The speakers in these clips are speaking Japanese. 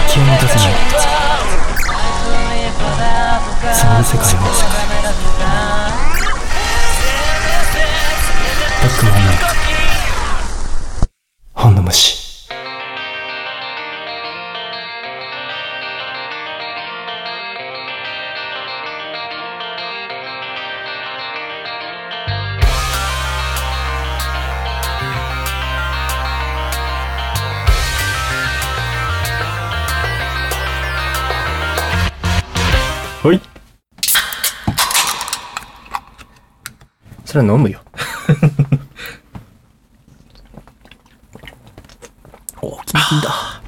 を持たせないその世界のバックマンの本の虫。はい。それは飲むよ。お、キンキンだ。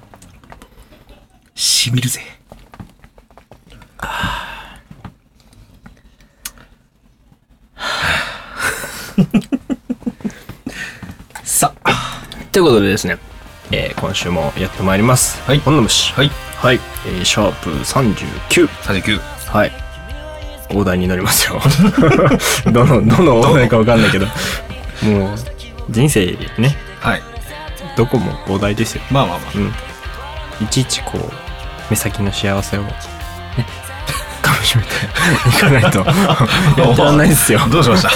しみるぜ。さあ、 ということでですね、今週もやってまいります。 はい。 本の虫。 はい。 はい。シャープ39。 39。 はい。大台に乗りますよ。どの大台か分かんないけど、もう人生ね。 はい。 どこも大台ですよ。 まあまあまあ。 うん。いちいちこう目先の幸せをね、かみしめていかないとやってらんないですよ。 どうしました？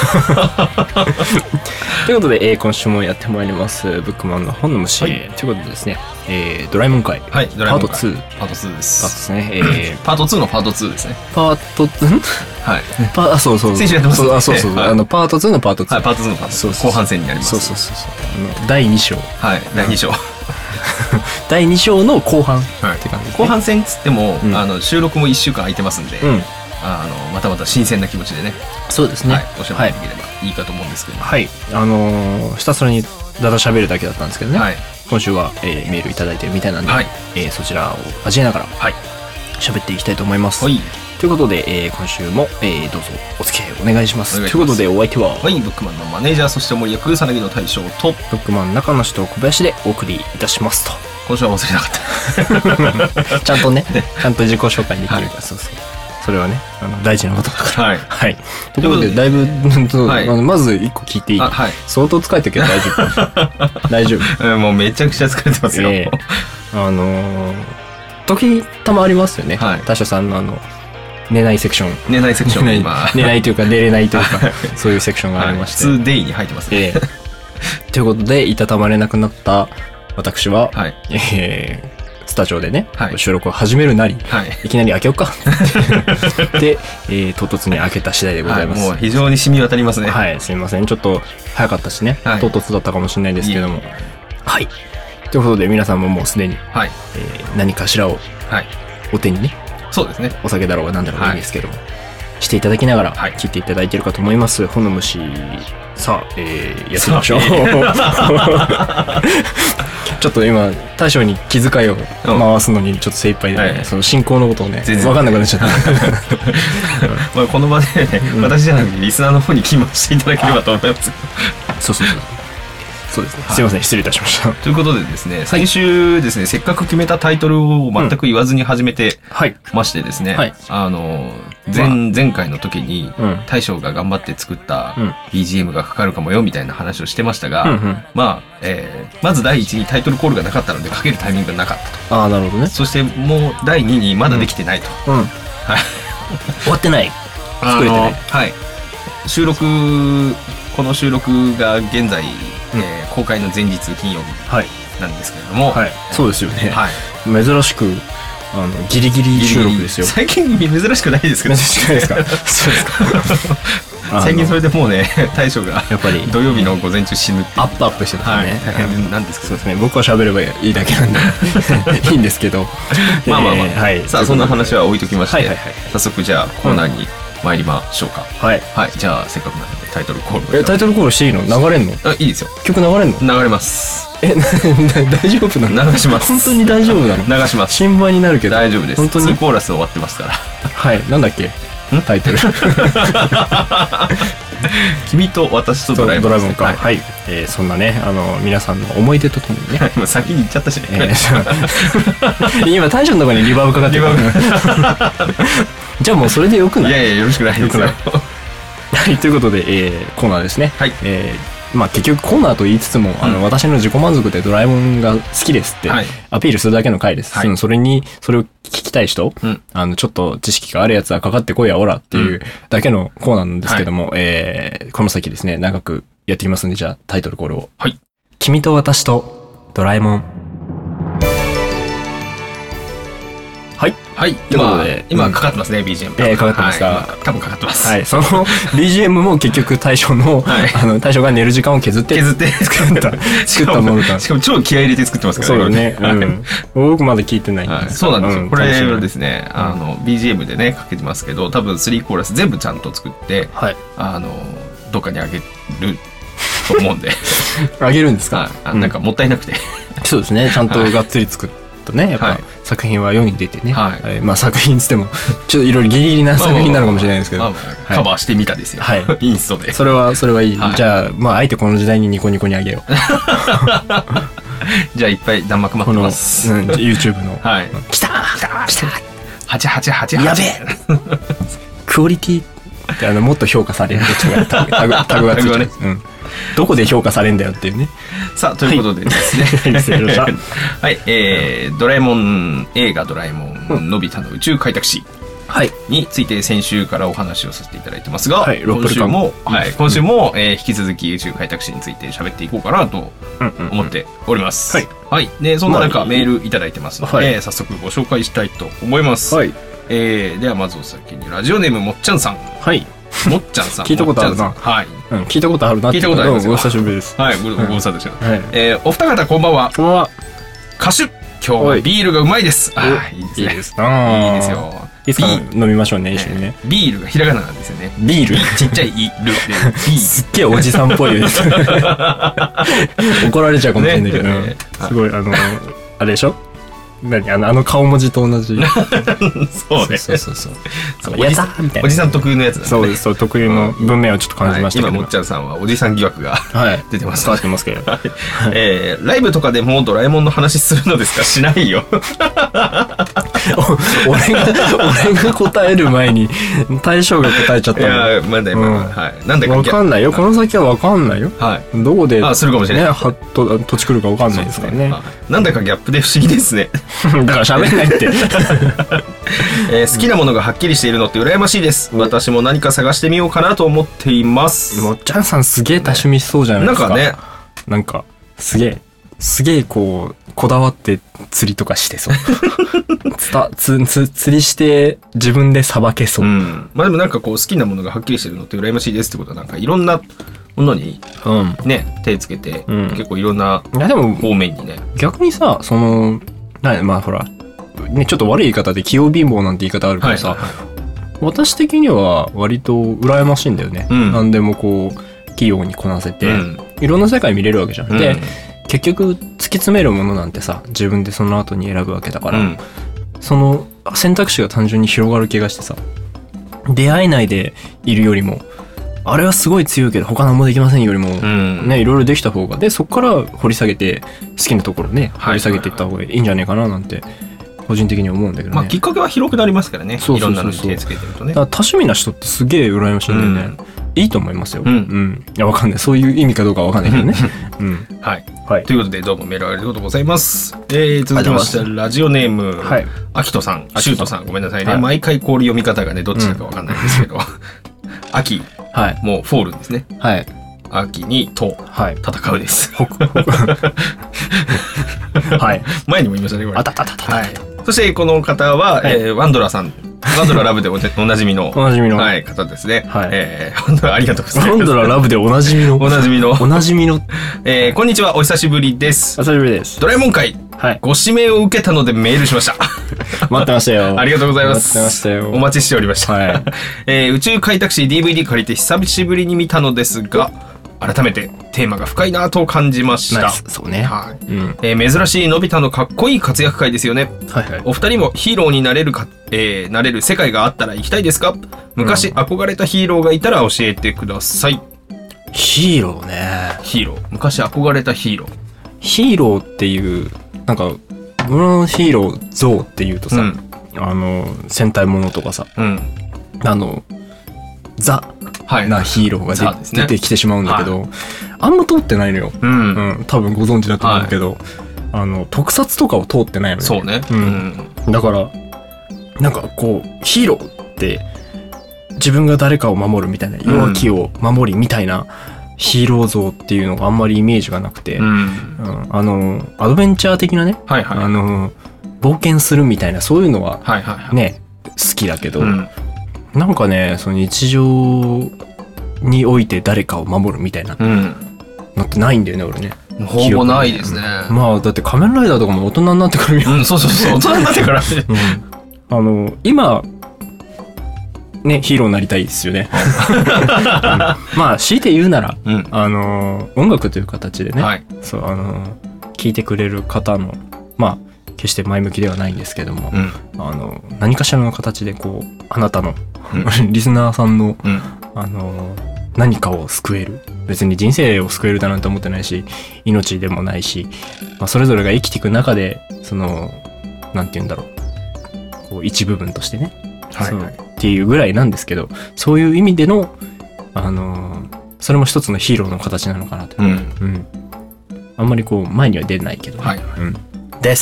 ということで、今週もやってまいりますブックマンの本の虫、はい、ということでですね、ドラえもん会、 はい、 ドラえもん会パート2。 パート2です。 パートですね。 パート2のパート2ですね。 パート2？はい。あ、そうそう。 先週やってますね。 そう。 はい、 パート2のパート2。 はい、パート2のパート2。そう後半戦になります。 そう。第2章。 はい、第2章。 第2章の後半って感じ、ね。 後半戦つっても、収録も1週間空いてますんで、またまた新鮮な気持ちでね。そうですね。はい、おしゃべりできればいいかと思うんですけど。はい。ひたすらにだだ喋るだけだったんですけどね。はい。今週は、メールいただいてるみたいなんで、はい、そちらを交えながら、はい。喋っていきたいと思います。はい。ということで、今週も、どうぞお付き合いお願いします。ということで、お相手は、はい、ブックマンのマネージャー、そして森役、さなぎの大将と、ブックマン中野氏と小林でお送りいたしますと。今週は忘れなかった。ちゃんとね、ちゃんと自己紹介できるから、そう。それはね、大事なことだから。はい。はい。ということで、だいぶ、まず一個聞いていい？はい。相当疲れてるけど大丈夫？大丈夫。もうめちゃくちゃ疲れてますよ。時たまありますよね。はい。大将さんの寝ないセクション。寝ないセクション。寝ないというか寝れないというか、そういうセクションがありまして。2day に入ってますね。ということで、いたたまれなくなった私は、はい。スタジオでね、はい、収録を始めるなり、はい、いきなり開けようかで、唐突に開けた次第でございます。はい、もう非常に染み渡りますね。はい、すみません。ちょっと早かったしね、はい、唐突だったかもしれないですけども。はい。ということで、皆さんももうすでに、はい何かしらを、はい、お手にね、そうですね。お酒だろうが何だろうがいいんですけども、はい、していただきながら、聞いていただいているかと思います。本の虫、さあ、やってみましょう。ちょっと今大将に気遣いを回すのにちょっと精一杯で、ね、その進行のことをね分かんなくなっちゃったまあこの場で、ね私じゃなくてリスナーの方に気持ちしていただければと思います。そうですね、すいません、失礼いたしました。ということでですね、先週ですね、せっかく決めたタイトルを全く言わずに始めてましてですね、前回の時に大将が頑張って作った BGM がかかるかもよみたいな話をしてましたが、まず第一にタイトルコールがなかったのでかけるタイミングがなかったと。ああ、なるほどね。そしてもう第2にまだできてないと。終わってない。作れてない。はい。この収録が現在、公開の前日金曜日なんですけれども、そうですよね。珍しくギリギリ収録ですよ。最近珍しくないですけど。珍しくないですか？そうですか。最近それでもうね、大将がやっぱり土曜日の午前中死ぬってアップしてたね。大変なんですけど、そうですね。僕は喋ればいいだけなんでいいんですけど、まあさあそんな話は置いときまして、早速じゃあコーナーに参りましょうか。はい。じゃあせっかくなんでタイトルコール。タイトルコールしていいの？流れんの？いいですよ。曲流れんの？流れます。大丈夫なの？流します。本当に大丈夫なの？流します。心配になるけど。大丈夫です。本当に。2コーラス終わってますから。はい。なんだっけ？タイトル。君と私とドラえもんか。はい。そんなね、皆さんの思い出とともにね。先に言っちゃったしね。今大将のところにリバーブかかってる。じゃあもうそれでよくない？いやいや、よろしくないですよ。はい、ということで、コーナーですね。はい。 まあ結局コーナーと言いつつも、私の自己満足でドラえもんが好きですってアピールするだけの回です。はい、それを聞きたい人、ちょっと知識があるやつはかかってこいやおらっていうだけのコーナーなんですけども、この先ですね、長くやっていきますんで、じゃあタイトルコールを。はい。君と私とドラえもん。はい。はい。 今かかってますね、BGM。 かかってますか。 多分かかってます。 はい。その BGM も結局大将の、大将が寝る時間を削って作ったものだ。 しかも超気合い入れて作ってますからね。そうだね。僕まだ聞いてないんです。 そうなんですよ。これはですね、BGM でね、かけてますけど、多分3コーラス全部ちゃんと作って、どっかにあげると思うんで。 あげるんですか？ なんかもったいなくて。 そうですね。ちゃんとがっつり作ったね。やっぱ作品は世に出てね。まあ作品つっても、ちょっといろいろギリギリな作品になるかもしれないですけど。 カバーしてみたですよ。インストで。 それはいい。じゃあ、まああえてこの時代にニコニコにあげよう。 じゃあいっぱい弾幕待ってます。 YouTube の。 来た888。 やべえクオリティってもっと評価されるタグがついてる。どこで評価されんだよっていうね。 さあ、ということでですね。はい、ドラえもん、映画ドラえもん、のび太の宇宙開拓史について先週からお話をさせていただいてますが、今週も引き続き宇宙開拓史について喋っていこうかなと思っております。はい。で、そんな中メールいただいてますので、早速ご紹介したいと思います。ではまずお先にラジオネームもっちゃんさん。もっちゃんさん。 聞いたことあるな。聞いたことあるな。 聞いたことあります。 お久しぶりです。 はい、ご無沙汰してます。お二方こんばんは。 こんばんは。 歌手。今日はビールがうまいです。いいです。いいですよ。 いつか飲みましょうね、一緒にね。 ビールがひらがななんですよね。 ビールちっちゃい「い」「る」 ですっげえおじさんっぽいです。怒られちゃうかもしれないけど、すごいあれでしょ、顔文字と同じ。 そうね。 そう。やったーみたいな。 おじさん特有のやつだね。 そう、特有の文面をちょっと感じましたけど。 今、もっちゃんさんはおじさん疑惑が出てます。 伝わってますけど。 ライブとかでもドラえもんの話するのですか？しないよ。 俺が答える前に大将が答えちゃったの。 いや、まだなんだかわかんないよ。この先はわかんないよ。どこでするかもしれない。 土地来るかわかんないですからね。 なんだかギャップで不思議ですね。 だから喋んないって。 好きなものがはっきりしているのって羨ましいです。私も何か探してみようかなと思っています。 もっちゃんさんすげえ多趣味そうじゃないですか。なんかすげえこうこだわって釣りとかしてそう。釣りして自分でさばけそう。 まあでもなんかこう好きなものがはっきりしてるのって羨ましいですってことは、なんかいろんなものにね、手つけて結構いろんな方面にね。 逆にさ、まあほらね、ちょっと悪い言い方で器用貧乏なんて言い方あるからさ、私的には割と羨ましいんだよね。何でもこう器用にこなせて、いろんな世界見れるわけじゃん。で結局突き詰めるものなんてさ、自分でその後に選ぶわけだから、その選択肢が単純に広がる気がしてさ、出会えないでいるよりも、あれはすごい強いけど他何もできませんよりも、ね、いろいろできた方が、でそこから掘り下げて好きなところね掘り下げていった方がいいんじゃないかななんて個人的に思うんだけどね。 まあきっかけは広くなりますからね。いろんなのに手つけてるとね。 だから多趣味な人ってすげえ羨ましいんだよね。いいと思いますよ。いやわかんない。そういう意味かどうかわかんないけどね。 はい。ということでどうもメールありがとうございます。続きましてラジオネームアキトさん、シュートさん、ごめんなさいね。毎回こう読み方がねどっちだかわかんないんですけど、秋もうフォールですね。秋にと戦うです。前にも言いましたねこれ。そしてこの方はワンドラさん、ワンドララブでおなじみの方ですね。ありがとうございます。 ワンドララブでおなじみのこんにちは、お久しぶりです。 お久しぶりです。 ドラえもん会ご指名を受けたのでメールしました。 待ってましたよ。 ありがとうございます。 待ってましたよ。 お待ちしておりました。宇宙開拓史 DVD 借りて久しぶりに見たのですが、改めてテーマが深いなと感じました。 そうね。 珍しいのび太のかっこいい活躍会ですよね。お二人もヒーローになれる世界があったら行きたいですか？昔憧れたヒーローがいたら教えてください。 ヒーローね。 昔憧れたヒーロー。 ヒーローっていうなんかブロンヒーロー像っていうとさ、戦隊ものとかさ、ザなヒーローが出てきてしまうんだけど、 あんま通ってないのよ。多分ご存知だと思うけど、特撮とかを通ってないのね。 そうね。 だから、なんかこう、ヒーローって、自分が誰かを守るみたいな、弱きを守りみたいなヒーロー像っていうのがあんまりイメージがなくて、アドベンチャー的なね、冒険するみたいな、そういうのはね、好きだけど、なんかね、その日常において誰かを守るみたいなのってないんだよね、俺ね。 ほぼないですね。 まあ、だって仮面ライダーとかも大人になってから見る。 そう、大人になってからね。今、ね、ヒーローになりたいですよね。まあ、強いて言うなら、音楽という形でね、そう、聴いてくれる方の、まあ、決して前向きではないんですけども、何かしらの形でこう、あなたの、リスナーさんの、何かを救える。別に人生を救えるだなんて思ってないし、命でもないし、まあ、それぞれが生きていく中で、その、なんて言うんだろう。こう、一部分としてね。っていうぐらいなんですけど、そういう意味での、それも一つのヒーローの形なのかなと。あんまりこう、前には出ないけど。です。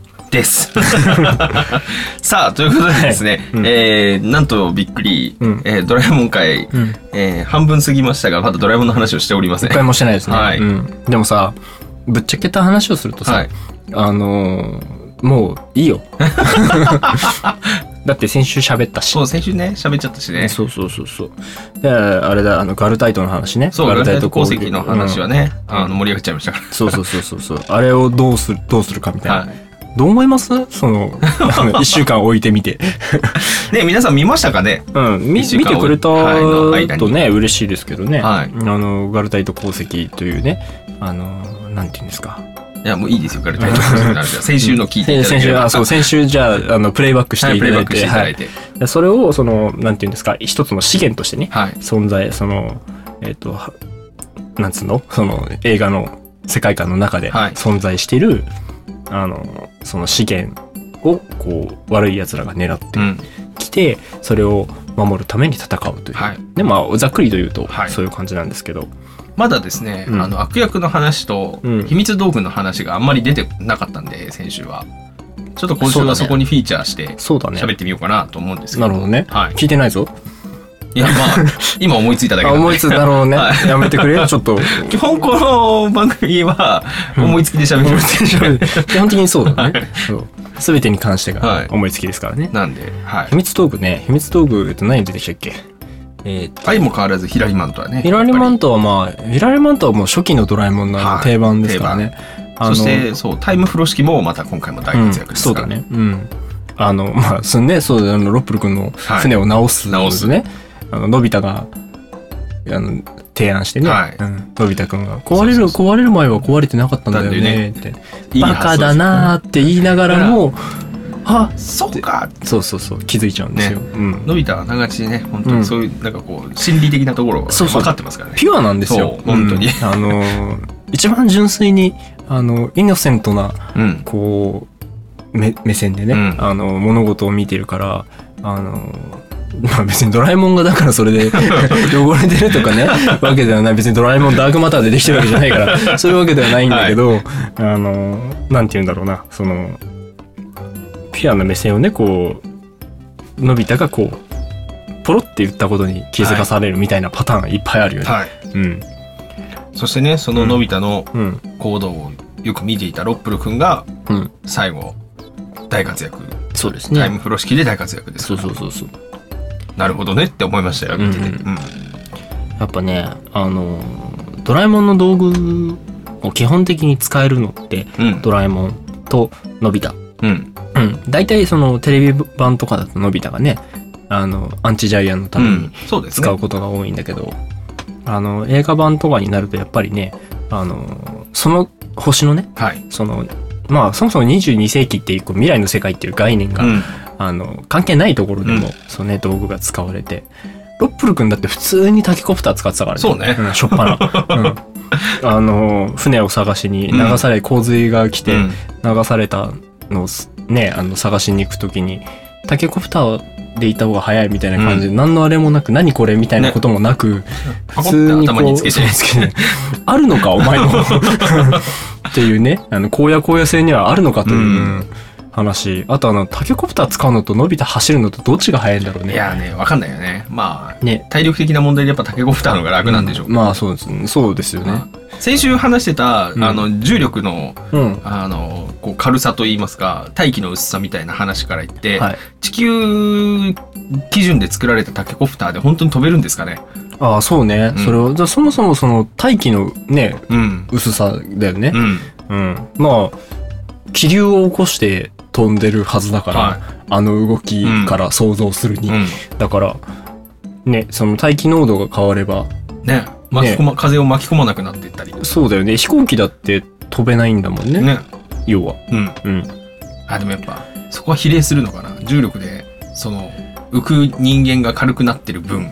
さあ、ということでですね、なんとびっくり、ドラえもん会、半分過ぎましたが、まだドラえもんの話をしておりません。 一回もしてないですね。でもさ、ぶっちゃけた話をするとさ、もういいよ。だって先週喋ったし。 そう、先週ね、喋っちゃったしね。 そう。で、あれだ、ガルタイトの話ね。 そう、ガルタイト鉱石の話はね、盛り上がっちゃいましたから。 そう。あれをどうするかみたいな。どう思います？その、1週間置いてみて。 ね、皆さん見ましたかね？ 見てくれたとね、嬉しいですけどね。ガルタイト鉱石というね、なんていうんですか。 いや、もういいですよ、ガルタイト鉱石の話は。先週の聞いていただければ。 先週じゃあ、プレイバックしていただいて。それを、その、なんていうんですか、一つの資源としてね、存在、その、なんつうの？その、映画の世界観の中で存在している、その資源をこう悪い奴らが狙ってきて、それを守るために戦うという、で、まあざっくりと言うとそういう感じなんですけど、 まだですね、悪役の話と秘密道具の話があんまり出てなかったんで、先週はちょっと今週はそこにフィーチャーして喋ってみようかなと思うんですけど。 なるほどね。聞いてないぞ。 いや、まあ、今思いついただけ思いついた。なるほどね。やめてくれよ、ちょっと。 基本この番組は思いつきで喋る。 基本的にそうだね。すべてに関してが思いつきですからね。 なんで、 秘密道具ね。秘密道具って何出てきたっけ？ 相も変わらずヒラリマントはね。 ヒラリマントはもう初期のドラえもんの定番ですからね。 そして、そう、タイムフロー式もまた今回も大活躍ですから。 そうだね。まあ、そうね、そうだ、ロップル君の船を直すね。のび太が提案してね、のび太くんが壊れる前は壊れてなかったんだよねってバカだなーって言いながらも、あ、 そうか、 そう気づいちゃうんですよ。 のび太はながちね、本当にそういうなんかこう心理的なところが分かってますからね。 ピュアなんですよ、 本当に。 一番純粋にイノセントなこう目線でね、物事を見てるから、まあ別にドラえもんがだからそれで汚れてるとかねわけではない。別にドラえもんダークマターでできてるわけじゃないからそういうわけではないんだけど、なんて言うんだろうな、そのピュアな目線をね、こうのび太がこうポロって言ったことに気づかされるみたいなパターンがいっぱいあるよね。 そしてね、そののび太の行動をよく見ていたロップル君が最後大活躍。 そうですね。 タイムフロー式で大活躍ですから。そう。なるほどねって思いましたよ、見てて。 やっぱね、ドラえもんの道具を基本的に使えるのって、ドラえもんとのび太。大体そのテレビ版とかだとのび太がね、アンチジャイアンのために使うことが多いんだけど、映画版とかになるとやっぱりね、その星のね、その、まあそもそも22世紀っていう未来の世界っていう概念が、関係ないところでも、そうね、道具が使われて、ロップル君だって普通にタケコプター使ってたからね。 そうね。 しょっぱな。船を探しに流され、洪水が来て、流されたのをね、探しに行くときに、タケコプターでいた方が早いみたいな感じで、何のあれもなく、何これみたいなこともなく、 普通に頭につけてあるのかお前のっていうね、荒野性にはあるのかという話。あとタケコプター使うのとのび太走るのとどっちが速いんだろうね。 いやね、わかんないよね。まあね、体力的な問題でやっぱタケコプターの方が楽なんでしょう。 まあそうですね。そうですよね。 先週話してた重力のこう軽さといいますか、大気の薄さみたいな話から言って、地球基準で作られたタケコプターで本当に飛べるんですかね。 ああ、そうね。それはじゃあそもそもその大気のね、薄さだよね。まあ気流を起こして飛んでるはずだから、動きから想像するに、だからね、その大気濃度が変わればね、風を巻き込まなくなっていったり。 そうだよね。飛行機だって飛べないんだもんね。要は。 でもやっぱそこは比例するのかな。重力でその浮く人間が軽くなってる分、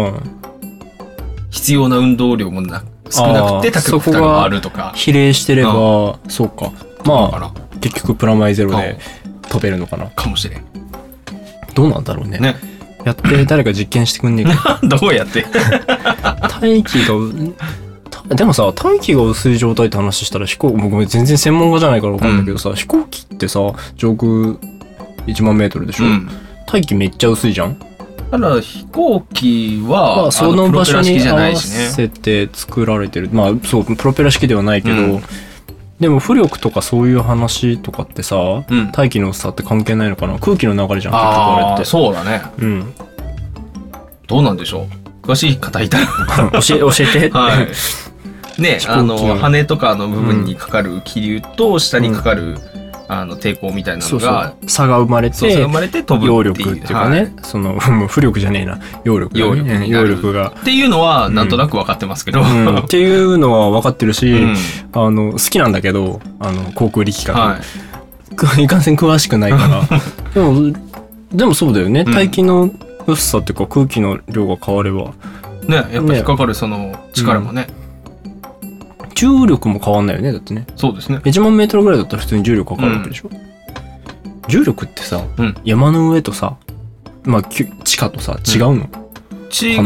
必要な運動量も少なくてタケコプターが回るとか。 比例してれば、そうか。まあ結局プラマイゼロで飛べるのかな。 かもしれん。 どうなんだろうね。やって誰か実験してくんねえか。 どうやって大気がでもさ、大気が薄い状態って話したら僕全然専門家じゃないから分かんないけどさ、飛行機ってさ上空1万メートルでしょ、大気めっちゃ薄いじゃん。 ただ飛行機はその場所に合わせて作られてる。まあそうプロペラ式ではないけど、でも浮力とかそういう話とかってさ、大気の薄さって関係ないのかな。空気の流れじゃん、結局あれって。 そうだね。どうなんでしょう。詳しい方いたら教えて。 ね、羽とかの部分にかかる気流と下にかかる抵抗みたいなのが差が生まれて飛ぶ揚力っていうかね、その浮力じゃねえな、揚力がっていうのはなんとなく分かってますけど、 っていうのは分かってるし、好きなんだけど航空力学、いかんせん詳しくないからでもそうだよね。大気の薄さっていうか空気の量が変わればね、やっぱ引っかかるその力もね、 重力も変わんないよね。だってね。 そうですね。 1万メートルぐらいだったら普通に重力かかるわけでしょ。重力ってさ、山の上とさ、まあ地下とさ違うの？ 違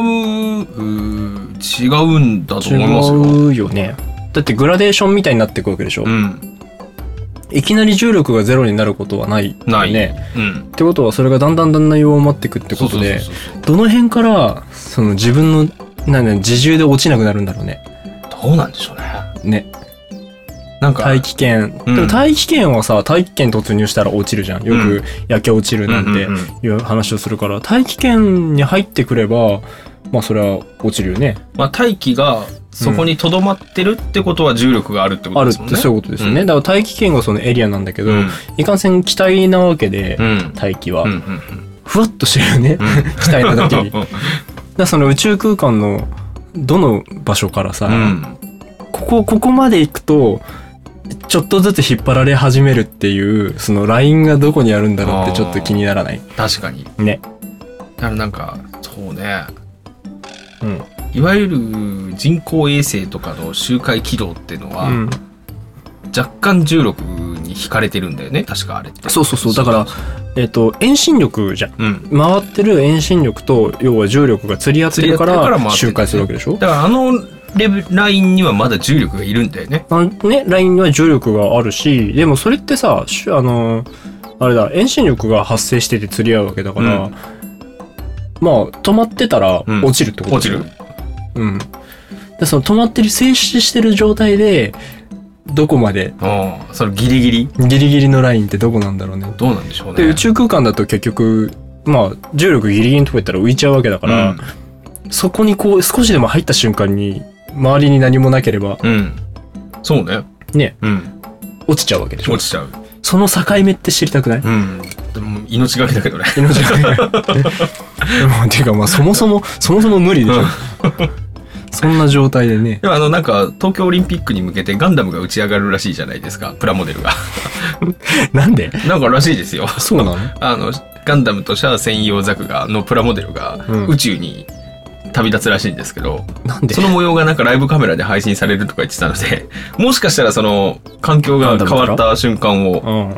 うんだと思いますよ。 違うよね。だってグラデーションみたいになっていくわけでしょ。いきなり重力がゼロになることはないよね。ってことはそれがだんだん弱まっていくってことで、どの辺からその自分の自重で落ちなくなるんだろうね。 どうなんでしょうね。なんか大気圏、でも大気圏はさ、大気圏突入したら落ちるじゃん。よく焼け落ちるなんていう話をするから、大気圏に入ってくればまあそれは落ちるよね。 まあ大気がそこに留まってるってことは重力があるってことですもんね。 あるってそういうことですよね。だから大気圏がそのエリアなんだけど、いかんせん気体なわけで、大気はふわっとしてるよね。気体なだけに。だからその宇宙空間のどの場所からさ、ここまで行くとちょっとずつ引っ張られ始めるっていうそのラインがどこにあるんだろうってちょっと気にならない？ 確かにね。 だからなんかそうね、いわゆる人工衛星とかの周回軌道っていうのは、若干重力に引かれてるんだよね。確かあれって。 そうだから遠心力じゃん、回ってる遠心力と要は重力が釣り合ってるから周回するわけでしょ。 だからラインにはまだ重力がいるんだよね。 ラインには重力があるし、でもそれってさ、あれだ、遠心力が発生してて釣り合うわけだから、まあ止まってたら落ちるってことだよ。 落ちる。 でその止まってる静止してる状態でどこまで、 そのギリギリのラインってどこなんだろうね。 どうなんでしょうね。 で宇宙空間だと結局まあ重力ギリギリに飛べたら浮いちゃうわけだから、そこにこう少しでも入った瞬間に周りに何もなければ、 そうね。 落ちちゃうわけでしょ。 落ちちゃう。 その境目って知りたくない？ でも命がけだけどね。 命がけ。でもていうかまあそもそも無理でしょ。そんな状態でね。 でもなんか東京オリンピックに向けてガンダムが打ち上がるらしいじゃないですか。プラモデルが。 なんで？ なんからしいですよ。 そうなの？ ガンダムとシャア専用ザクのプラモデルが宇宙に旅立つらしいんですけど、 なんで？ その模様がなんかライブカメラで配信されるとか言ってたので、もしかしたらその環境が変わった瞬間を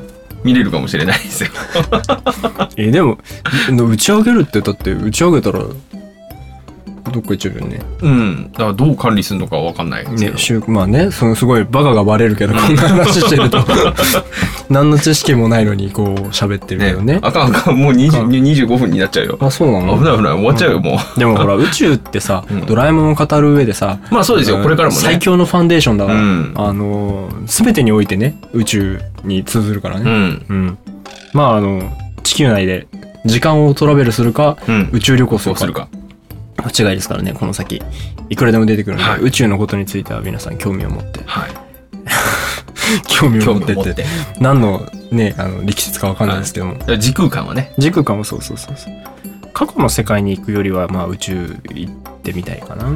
見れるかもしれないですよ。 でも打ち上げるってだって打ち上げたらどっか行っちゃうよね。 だからどう管理するのかわかんないですね。まあね、すごいバカがバレるけど、こんな話してると何の知識もないのにこう喋ってるけどね。 あかんもう25分になっちゃうよ。 あ、そうなの？ 危ない終わっちゃうよもう。でもほら宇宙ってさ、ドラえもんを語る上でさ、 まあそうですよ、これからもね最強のファンデーションだから、全てにおいてね宇宙に通ずるからね。まあ地球内で時間をトラベルするか、宇宙旅行するか。違いですからね、この先いくらでも出てくるので、宇宙のことについては皆さん興味を持って、興味を持ってって何のね力説かわかんないですけども、 時空間はね、 時空間もそう過去の世界に行くよりはまあ宇宙行ってみたいかな。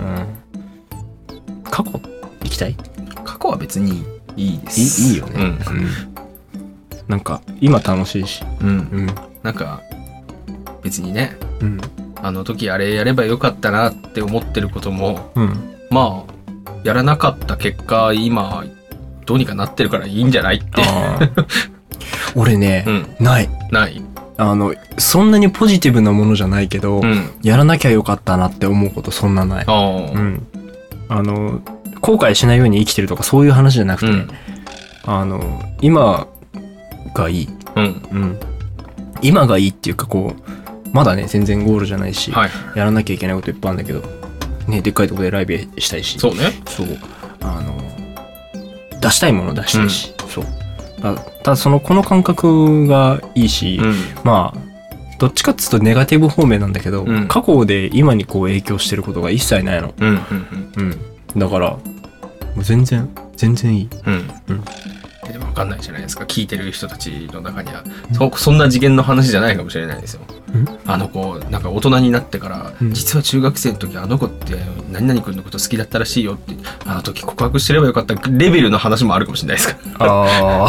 過去行きたい？ 過去は別にいいです。 いいよね。なんか今楽しいし、 なんか別にね、あの時あれやればよかったなって思ってることも、まあやらなかった結果今どうにかなってるからいいんじゃないって。 俺ね、ないそんなにポジティブなものじゃないけど、やらなきゃよかったなって思うことそんなない。後悔しないように生きてるとかそういう話じゃなくて、今がいい、今がいいっていうか、こうまだね全然ゴールじゃないし、やらなきゃいけないこといっぱいあるんだけどね、でっかいところでライブしたいし、そう出したいもの出したいし、ただこの感覚がいいし、まあどっちかっつうとネガティブ方面なんだけど、過去で今にこう影響してることが一切ないの。だからもう全然いい。 でも分かんないじゃないですか、聞いてる人たちの中には、そんな次元の話じゃないかもしれないですよ。あの子なんか大人になってから、実は中学生の時あの子って何々君のこと好きだったらしいよって、あの時告白してればよかったレベルの話もあるかもしれないですから。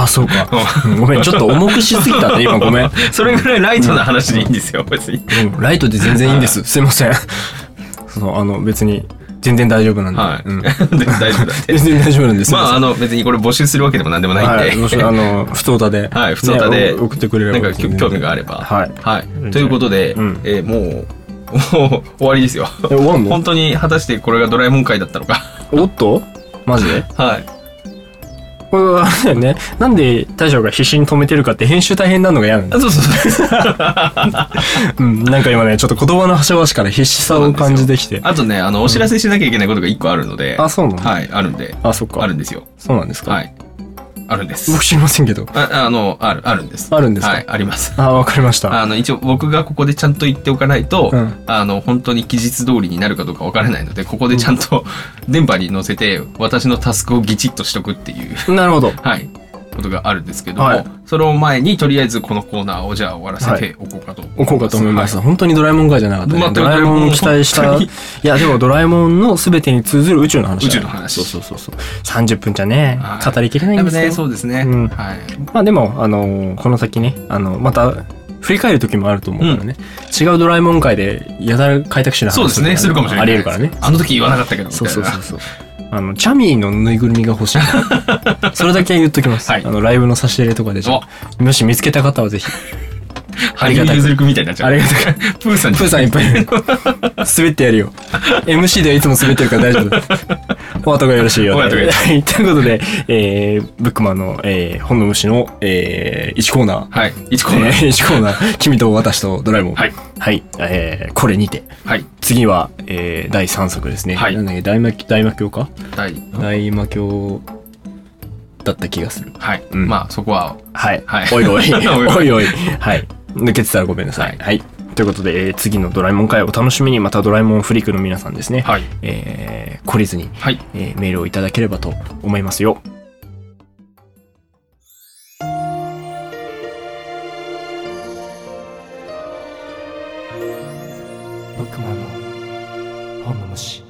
そうか。ごめん、ちょっと重くしすぎたね今。ごめん。 それぐらいライトな話でいいんですよ別に。 ライトで全然いいんです。すいません。別に全然大丈夫なんで。 大丈夫だって。 全然大丈夫なんです。 まあ別にこれ募集するわけでもなんでもないんで。 普通歌で。 普通歌で送ってくれれば。 なんか興味があれば。ということで、もう終わりですよ。 終わんの？ 本当に果たしてこれがドラえもん会だったのか。 おっと？マジで？これはあれだよね。なんで大将が必死に止めてるかって編集大変なのが嫌なんだ。 そう。 なんか今ね、ちょっと言葉の端々から必死さを感じてきて。 あとね、お知らせしなきゃいけないことが一個あるので。 そうなの？ あるんで。 そっか。 あるんですよ。 そうなんですか？ あるんです。 僕知りませんけど。 あるんです。 あるんですか？ あります。 わかりました。 一応僕がここでちゃんと言っておかないと、本当に期日通りになるかどうかわからないので、ここでちゃんと電波に乗せて、私のタスクをギチッとしとくっていう。 なるほど。 ことがあるんですけども、その前にとりあえずこのコーナーをじゃあ終わらせておこうかと思います。本当にドラえもん会じゃなかったね。ドラえもんを期待した。いやでもドラえもんの全てに通ずる宇宙の話。 宇宙の話。 そう。30分じゃね、語りきれないんですよ。 そうですね。 まあでもこの先ね、また振り返る時もあると思うからね。違うドラえもん会でやたら開拓しなそうですね。するかもしれない。 ありえるからね。 あの時言わなかったけど。 そう。チャミーのぬいぐるみが欲しい。それだけ言っときます。ライブの差し入れとかでもし見つけた方はぜひ。 ありがたく。ゆずるくんみたいになっちゃう。 ありがたく。 プーさんいっぱいいる。滑ってやるよ。MC ではいつも滑ってるから大丈夫。お後がよろしいようで。ということで、ブックマンの、本の虫の、1コーナー。 1コーナー。 君と私とドラえもん。これにて。次は、第3作ですね。なんだっけ、大魔教か？大魔教だった気がする。 まあそこは。 おいおい。抜けてたらごめんなさい。ということで、次のドラえもん会をお楽しみに、またドラえもんフリークの皆さんですね。懲りずに、メールをいただければと思いますよ。ブックマンの本の虫。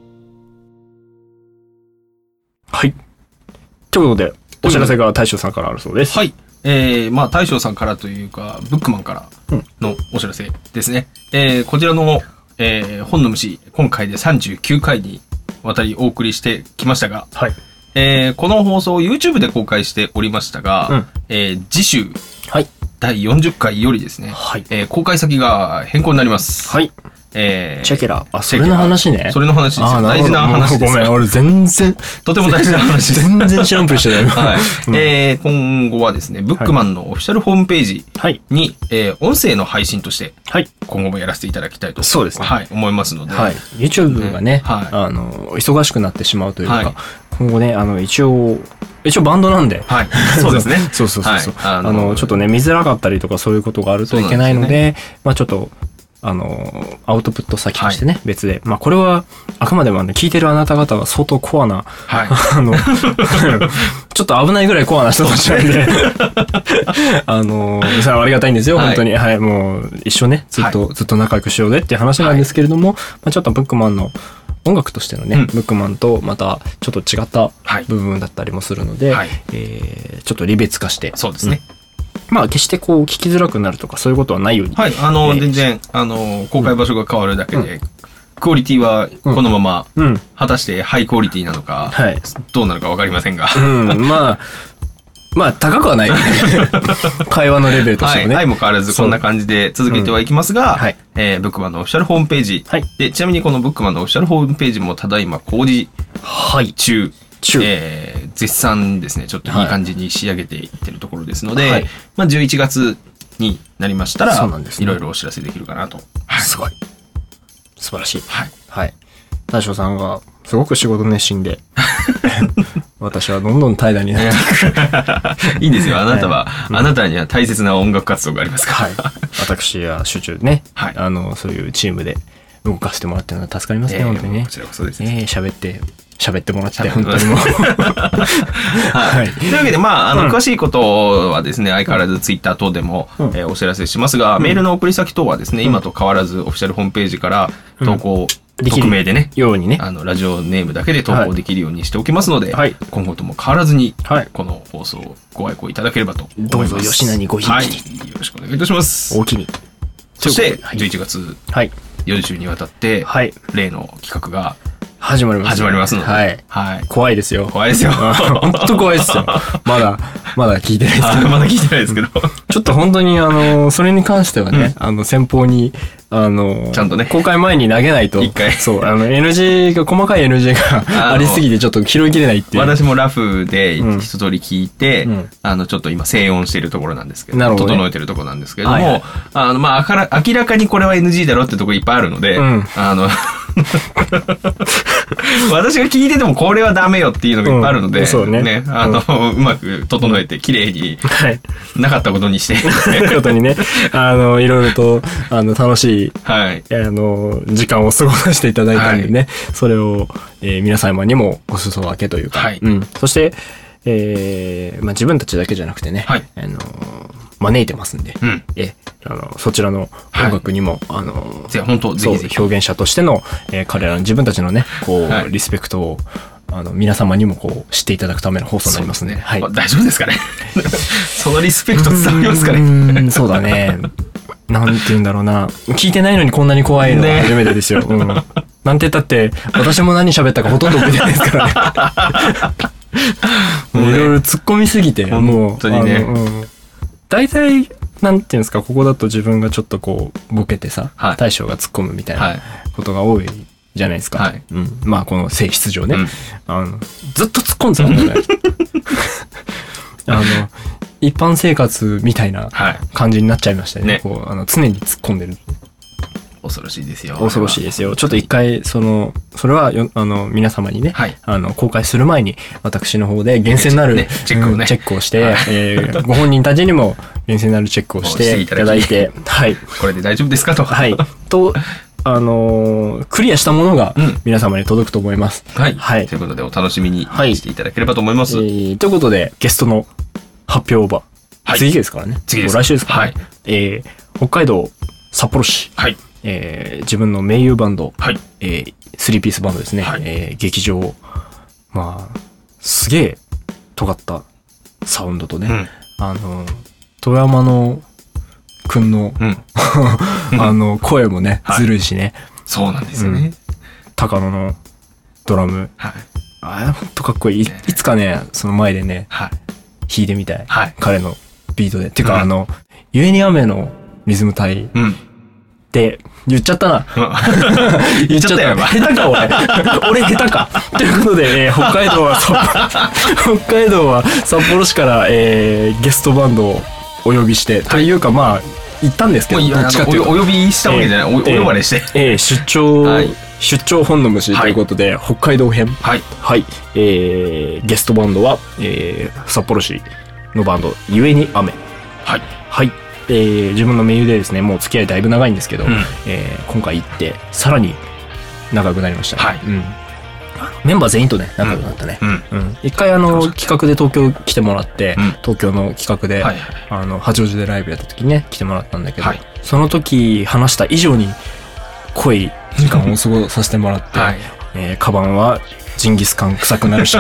ということで、お知らせが大将さんからあるそうです。 まあ大将さんからというか、ブックマンからのお知らせですね。こちらの、本の虫、今回で39回にわたりお送りしてきましたが、 この放送を YouTube で公開しておりましたが、次週、はい。第40回よりですね、はい。公開先が変更になります。 はい。チェケラ。それの話ね。 それの話ですよ。大事な話です。 ごめん、俺全然。 とても大事な話です。 全然知らんぷりしてたよ。 はい。今後はですね、ブックマンのオフィシャルホームページに、音声の配信として、今後もやらせていただきたいと。 そうですね。 はい。思いますので。 はい。YouTube がね、忙しくなってしまうというか、今後ね、一応バンドなんで。 はい。そうですね。 そう。ちょっとね、見づらかったりとかそういうことがあるといけないので、まあちょっと、アウトプット先としてね、別で。まあこれは、あくまでも聞いてるあなた方が相当コアな、ちょっと危ないぐらいコアな人たちなんで、それはありがたいんですよ、本当に。はい、もう、一緒ね、ずっと仲良くしようねっていう話なんですけれども、まあちょっとブックマンの、音楽としてのね、ブックマンとまたちょっと違った部分だったりもするので、ちょっと離別化して。 そうですね。 まあ決してこう聞きづらくなるとかそういうことはないように。 はい、全然、公開場所が変わるだけで、クオリティはこのまま、果たしてハイクオリティなのか、どうなるかわかりませんが。 まあ、高くはない。会話のレベルとしてもね。 相も変わらずこんな感じで続けてはいきますが、ブックマンのオフィシャルホームページ。で、ちなみにこのブックマンのオフィシャルホームページもただいま工事中。絶賛ですね、ちょっといい感じに仕上げていってるところですので、まあ11月になりましたら、いろいろお知らせできるかなと。 すごい。素晴らしい。はい。大将さんがすごく仕事熱心で、私はどんどん怠惰になっていく。いいんですよ。あなたには大切な音楽活動がありますから。 私は集中ね、そういうチームで動かしてもらってるのは助かりますね、本当にね。 こちらこそです。 喋ってもらって、本当にもう。というわけで、まあ、詳しいことはですね、相変わらずツイッター等でもお知らせしますが、メールの送り先等はですね、今と変わらずオフィシャルホームページから投稿、匿名でね、 ようにね、 ラジオネームだけで投稿できるようにしておきますので、今後とも変わらずに、この放送をご愛顧いただければと思います。 どうぞ吉名にごひいきに。よろしくお願いいたします。 おおきに。 そして、11月、4週にわたって、例の企画が、 始まりますので。 怖いですよ。 怖いですよ。 本当怖いですよ。まだ聞いてないですけど。 まだ聞いてないですけど。 ちょっと本当にそれに関してはね、先方に、ちゃんとね。 公開前に投げないと。 一回。 そう、NG が、細かい NG がありすぎてちょっと拾いきれないっていう。 私もラフで一通り聞いて、ちょっと今静音しているところなんですけど、整えてるところなんですけれども、まあ、明らかにこれは NG だろってとこいっぱいあるので、私が聞いててもこれはダメよっていうのがいっぱいあるので、ね、うまく整えて綺麗になかったことにして、 ことにね、いろいろと楽しい時間を過ごさせていただいたんでね、それを皆様にもお裾分けというか、そして自分たちだけじゃなくてね、招いてますんで、そちらの音楽にも、 本当ぜひ表現者としての、彼らの自分たちのね、こう、リスペクトを、皆様にもこう、知っていただくための放送になりますね。 大丈夫ですかね。そのリスペクト伝わりますかね。 そうだね。なんて言うんだろうな。聞いてないのにこんなに怖いのは初めてですよ。なんて言ったって、私も何喋ったかほとんど覚えてないですからね。いろいろ突っ込みすぎて、もう、 本当にね。 大体、なんていうんですか、ここだと自分がちょっとこう、ボケてさ、大将が突っ込むみたいなことが多いじゃないですか。まあ、この性質上ね。ずっと突っ込んでたもんね。一般生活みたいな感じになっちゃいましたね。こう常に突っ込んでる。 恐ろしいですよ。 恐ろしいですよ。ちょっと一回、それは皆様にね、公開する前に、私の方で厳正なるチェックをして、ご本人たちにも厳正なるチェックをしていただいて、 これで大丈夫ですかと。 と、クリアしたものが皆様に届くと思います。 ということで、お楽しみにしていただければと思います。ということで、ゲストの発表は、次ですからね。 次です。 来週ですからね。北海道札幌市。自分の盟友バンド、3ピースバンドですね。劇場、まあ、すげえ尖ったサウンドとね、富山のくんの、声もね、ずるいしね。 そうなんですよね。 高野のドラム。 ほんとかっこいい。いつかね、その前でね、弾いてみたい。彼のビートで。てか、ゆえに雨のリズム隊って言っちゃったな。 言っちゃったよ。 下手か、俺下手か。ということで、北海道は札幌市から、ゲストバンドをお呼びして、というかまあ、行ったんですけど、どっちかっていうと。 お呼びしたわけじゃない。お呼ばれして。 出張本の虫ということで、北海道編。はい。ゲストバンドは、札幌市のバンド、ゆえに雨。はい。自分の盟友でですね、もう付き合いだいぶ長いんですけど、今回行ってさらに仲良くなりましたね。メンバー全員とね仲良くなったね。一回企画で東京来てもらって、東京の企画で八王子でライブやった時にね来てもらったんだけど、その時話した以上に濃い時間を過ごさせてもらって、カバンはジンギスカン臭くなるし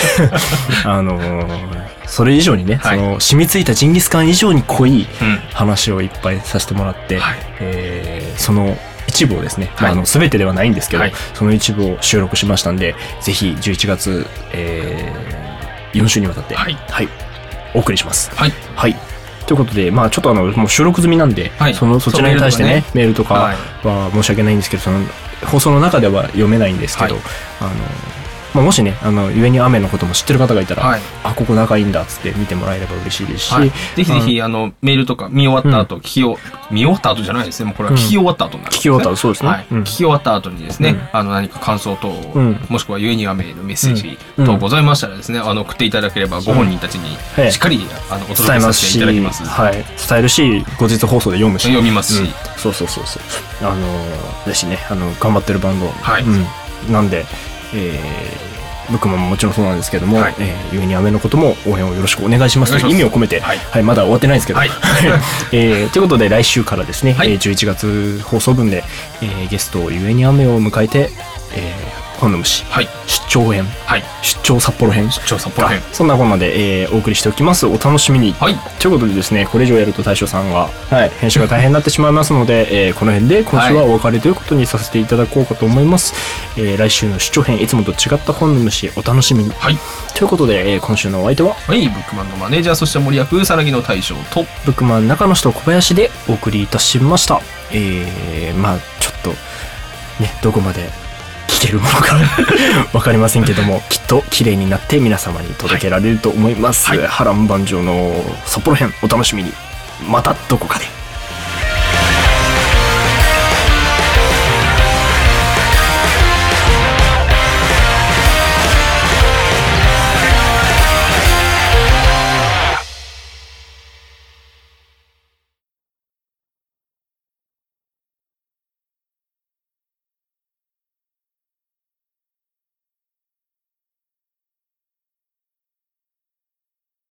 それ以上にね、その染みついたジンギスカン以上に濃い話をいっぱいさせてもらって、その一部をですね、全てではないんですけど、その一部を収録しましたんで、ぜひ11月、4週にわたって、お送りします。ということで、まあちょっともう収録済みなんで、そちらに対してね、メールとかは申し訳ないんですけど、その放送の中では読めないんですけど、もしね、ゆえに雨のことも知ってる方がいたら、ここ仲いいんだっつって見てもらえれば嬉しいですし、 ぜひぜひ、メールとか見終わった後、見終わった後じゃないですね。もうこれは聞き終わった後になるんですね。 聞き終わった後、そうですね。 聞き終わった後にですね、何か感想等、もしくはゆえに雨のメッセージ等ございましたらですね、送っていただければご本人たちにしっかりお届けさせていただきます。 伝えるし、後日放送で読むし。 読みますし。 そう。だしね、頑張ってるバンド。なんで、僕ももちろんそうなんですけども、ゆえに雨のことも応援をよろしくお願いしますという意味を込めて、まだ終わってないんですけど、ということで来週からですね、11月放送分で、ゲストゆえに雨を迎えて、本の虫、出張編、出張札幌編、そんなこんなで、お送りしておきます。お楽しみに。ということでですね、これ以上やると大将さんが、編集が大変になってしまいますので、この辺で今週はお別れということにさせていただこうかと思います。来週の出張編、いつもと違った本の虫、お楽しみに。ということで、今週のお相手は、 ブックマンのマネージャー、そして森役、さなぎの大将と、 ブックマン中野氏と小林でお送りいたしました。まあちょっと、ね、どこまで、聞けるものかわかりませんけども、きっと綺麗になって皆様に届けられると思います。波乱万丈の札幌編、お楽しみに。またどこかで。